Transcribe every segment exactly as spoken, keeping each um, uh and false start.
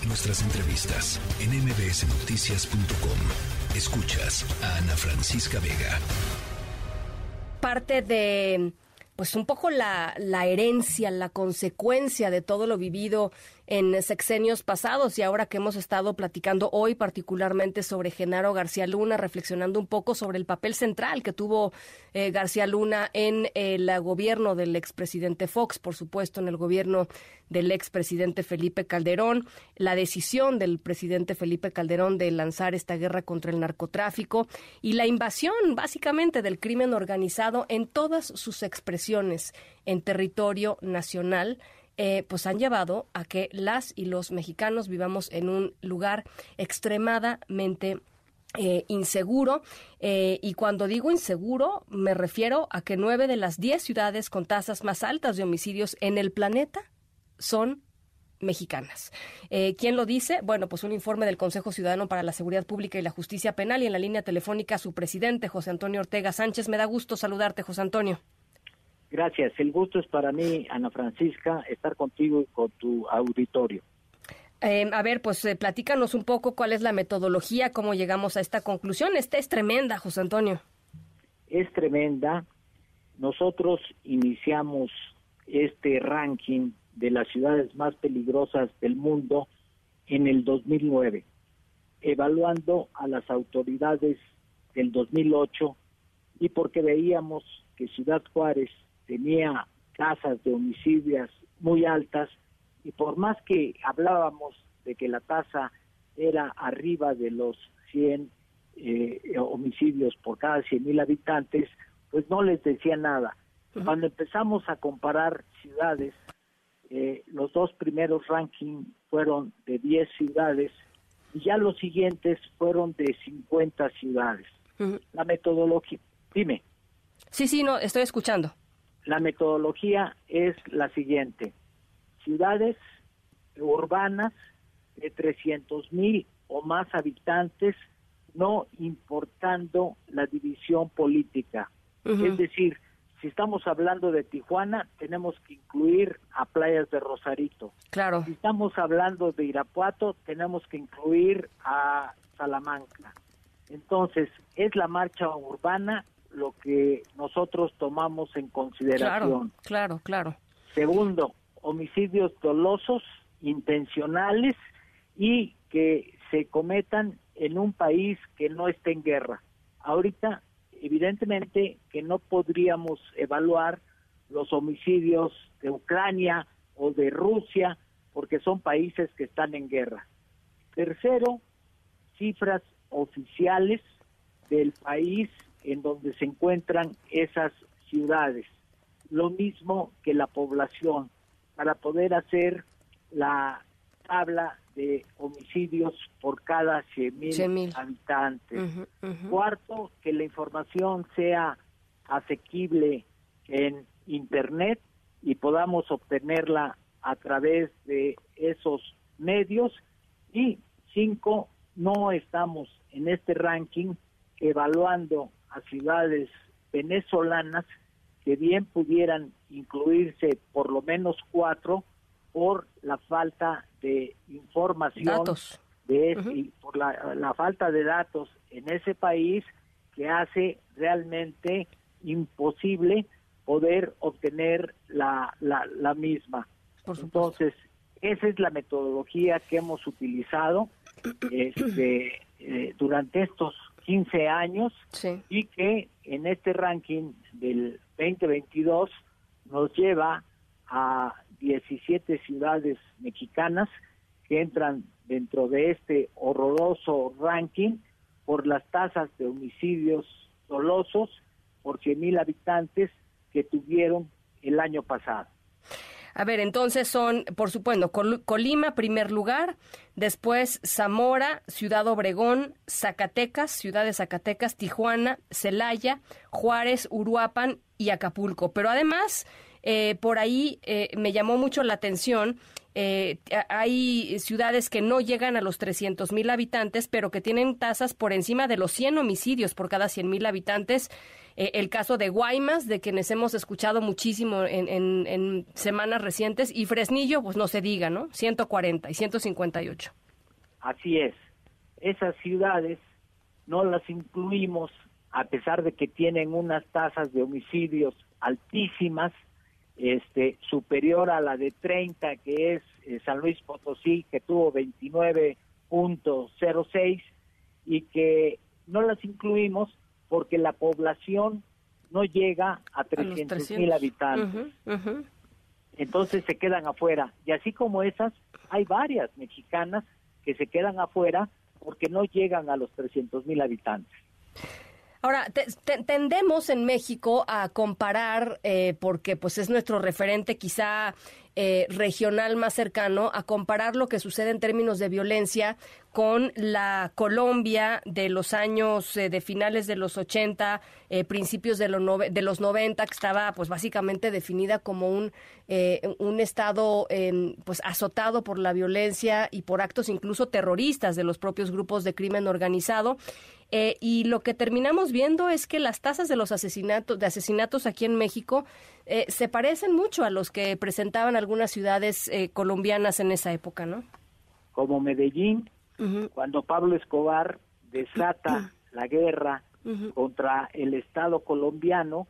Nuestras entrevistas en eme be ese noticias punto com. Escuchas a Ana Francisca Vega. Parte de, pues un poco la, la herencia, la consecuencia de todo lo vivido en sexenios pasados y ahora que hemos estado platicando hoy particularmente sobre Genaro García Luna, reflexionando un poco sobre el papel central que tuvo eh, García Luna en el gobierno del expresidente Fox, por supuesto en el gobierno del expresidente Felipe Calderón, la decisión del presidente Felipe Calderón de lanzar esta guerra contra el narcotráfico y la invasión básicamente del crimen organizado en todas sus expresiones en territorio nacional. Eh, pues han llevado a que las y los mexicanos vivamos en un lugar extremadamente eh, inseguro. Eh, y cuando digo inseguro, me refiero a que nueve de las diez ciudades con tasas más altas de homicidios en el planeta son mexicanas. Eh, ¿Quién lo dice? Bueno, pues un informe del Consejo Ciudadano para la Seguridad Pública y la Justicia Penal y en la línea telefónica su presidente, José Antonio Ortega Sánchez. Me da gusto saludarte, José Antonio. Gracias, el gusto es para mí, Ana Francisca, estar contigo y con tu auditorio. Eh, a ver, pues eh, platícanos un poco cuál es la metodología, cómo llegamos a esta conclusión. Esta es tremenda, José Antonio. Es tremenda. Nosotros iniciamos este ranking de las ciudades más peligrosas del mundo en el dos mil nueve, evaluando a las autoridades del dos mil ocho y porque veíamos que Ciudad Juárez tenía tasas de homicidios muy altas y por más que hablábamos de que la tasa era arriba de los cien eh, homicidios por cada cien mil habitantes, pues no les decía nada. Uh-huh. Cuando empezamos a comparar ciudades, eh, los dos primeros rankings fueron de diez ciudades y ya los siguientes fueron de cincuenta ciudades. Uh-huh. La metodología, dime. Sí, sí, no, estoy escuchando. La metodología es la siguiente. Ciudades urbanas de trescientos mil o más habitantes, no importando la división política. Uh-huh. Es decir, si estamos hablando de Tijuana, tenemos que incluir a Playas de Rosarito. Claro. Si estamos hablando de Irapuato, tenemos que incluir a Salamanca. Entonces, es la marcha urbana lo que nosotros tomamos en consideración. Claro, claro, claro. Segundo, homicidios dolosos, intencionales y que se cometan en un país que no esté en guerra. Ahorita, evidentemente, que no podríamos evaluar los homicidios de Ucrania o de Rusia porque son países que están en guerra. Tercero, cifras oficiales del país en donde se encuentran esas ciudades. Lo mismo que la población, para poder hacer la tabla de homicidios por cada cien mil habitantes. Uh-huh, uh-huh. Cuarto, que la información sea asequible en Internet y podamos obtenerla a través de esos medios. Y cinco, no estamos en este ranking evaluando a ciudades venezolanas que bien pudieran incluirse por lo menos cuatro por la falta de información datos. de ese, uh-huh. y por la, la falta de datos en ese país que hace realmente imposible poder obtener la, la, la misma. Por Entonces, esa es la metodología que hemos utilizado este, eh, durante estos quince años, sí. y que en este ranking del veinte veintidós nos lleva a diecisiete ciudades mexicanas que entran dentro de este horroroso ranking por las tasas de homicidios dolosos por cien mil habitantes que tuvieron el año pasado. A ver, entonces son, por supuesto, Col- Colima, primer lugar, después Zamora, Ciudad Obregón, Zacatecas, Ciudad de Zacatecas, Tijuana, Celaya, Juárez, Uruapan y Acapulco. Pero además, eh, por ahí eh, me llamó mucho la atención eh, hay ciudades que no llegan a los trescientos mil habitantes, pero que tienen tasas por encima de los cien homicidios por cada cien mil habitantes. Eh, el caso de Guaymas, de quienes hemos escuchado muchísimo en, en, en semanas recientes, y Fresnillo, pues no se diga, ¿no? ciento cuarenta y ciento cincuenta y ocho. Así es. Esas ciudades no las incluimos, a pesar de que tienen unas tasas de homicidios altísimas, este, superior a la de treinta, que es eh, San Luis Potosí, que tuvo veintinueve punto cero seis, y que no las incluimos porque la población no llega a trescientos mil habitantes. Uh-huh, uh-huh. Entonces se quedan afuera. Y así como esas, hay varias mexicanas que se quedan afuera porque no llegan a los trescientos mil habitantes. Ahora, te, te, tendemos en México a comparar, eh, porque pues es nuestro referente quizá eh, regional más cercano, a comparar lo que sucede en términos de violencia con la Colombia de los años, eh, de finales de los ochenta, eh, principios de, lo nove, de los noventa, que estaba pues básicamente definida como un, eh, un estado eh, pues azotado por la violencia y por actos incluso terroristas de los propios grupos de crimen organizado. Eh, y lo que terminamos viendo es que las tasas de los asesinatos, de asesinatos aquí en México eh, se parecen mucho a los que presentaban algunas ciudades eh, colombianas en esa época, ¿no? Como Medellín, uh-huh. cuando Pablo Escobar desata uh-huh. la guerra uh-huh. contra el Estado colombiano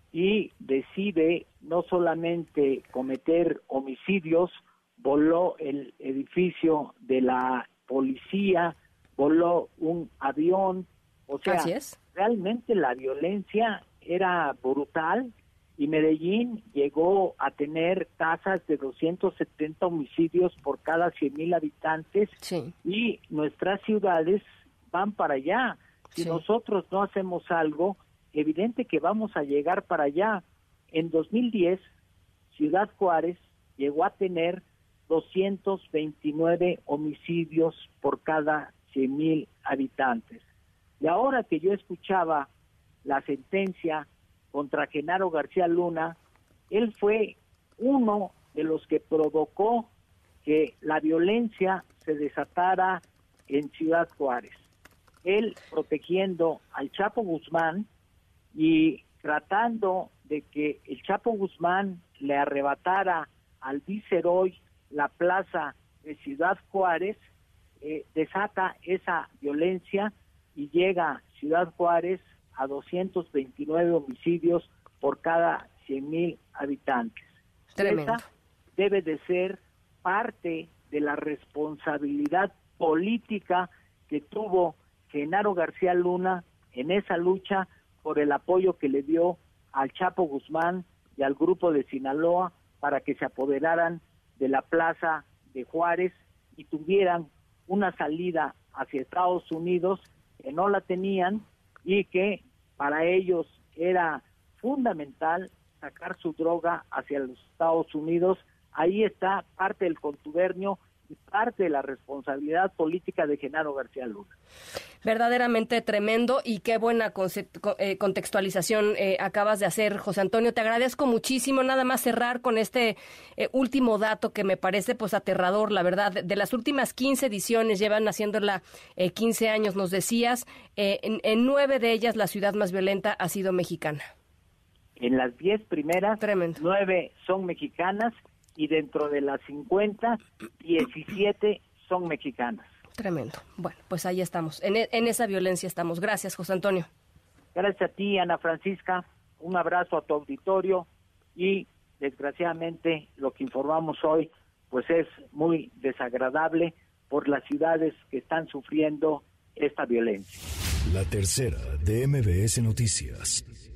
y decide no solamente cometer homicidios, voló el edificio de la policía, voló un avión, o sea, Así es. realmente la violencia era brutal y Medellín llegó a tener tasas de doscientos setenta homicidios por cada cien mil habitantes sí. y nuestras ciudades van para allá. Si sí. nosotros no hacemos algo, evidente que vamos a llegar para allá. En dos mil diez, Ciudad Juárez llegó a tener doscientos veintinueve homicidios por cada cien mil habitantes. Y ahora que yo escuchaba la sentencia contra Genaro García Luna, él fue uno de los que provocó que la violencia se desatara en Ciudad Juárez. Él protegiendo al Chapo Guzmán y tratando de que el Chapo Guzmán le arrebatara al Viceroy la plaza de Ciudad Juárez, Eh, desata esa violencia y llega Ciudad Juárez a doscientos veintinueve homicidios por cada cien mil habitantes. Tremendo. Esa debe de ser parte de la responsabilidad política que tuvo Genaro García Luna en esa lucha por el apoyo que le dio al Chapo Guzmán y al grupo de Sinaloa para que se apoderaran de la plaza de Juárez y tuvieran una salida hacia Estados Unidos que no la tenían y que para ellos era fundamental sacar su droga hacia los Estados Unidos. Ahí está parte del contubernio y parte de la responsabilidad política de Genaro García Luna. Verdaderamente tremendo y qué buena contextualización eh, acabas de hacer, José Antonio. Te agradezco muchísimo. Nada más cerrar con este eh, último dato que me parece pues aterrador, la verdad. De las últimas quince ediciones, llevan haciéndola eh, quince años, nos decías, eh, en, en nueve de ellas la ciudad más violenta ha sido mexicana. En las diez primeras, tremendo. nueve son mexicanas y dentro de las cincuenta, diecisiete son mexicanas. Tremendo. Bueno, pues ahí estamos. En, en esa violencia estamos. Gracias, José Antonio. Gracias a ti, Ana Francisca. Un abrazo a tu auditorio y, desgraciadamente, lo que informamos hoy, pues es muy desagradable por las ciudades que están sufriendo esta violencia. La tercera de M B S Noticias.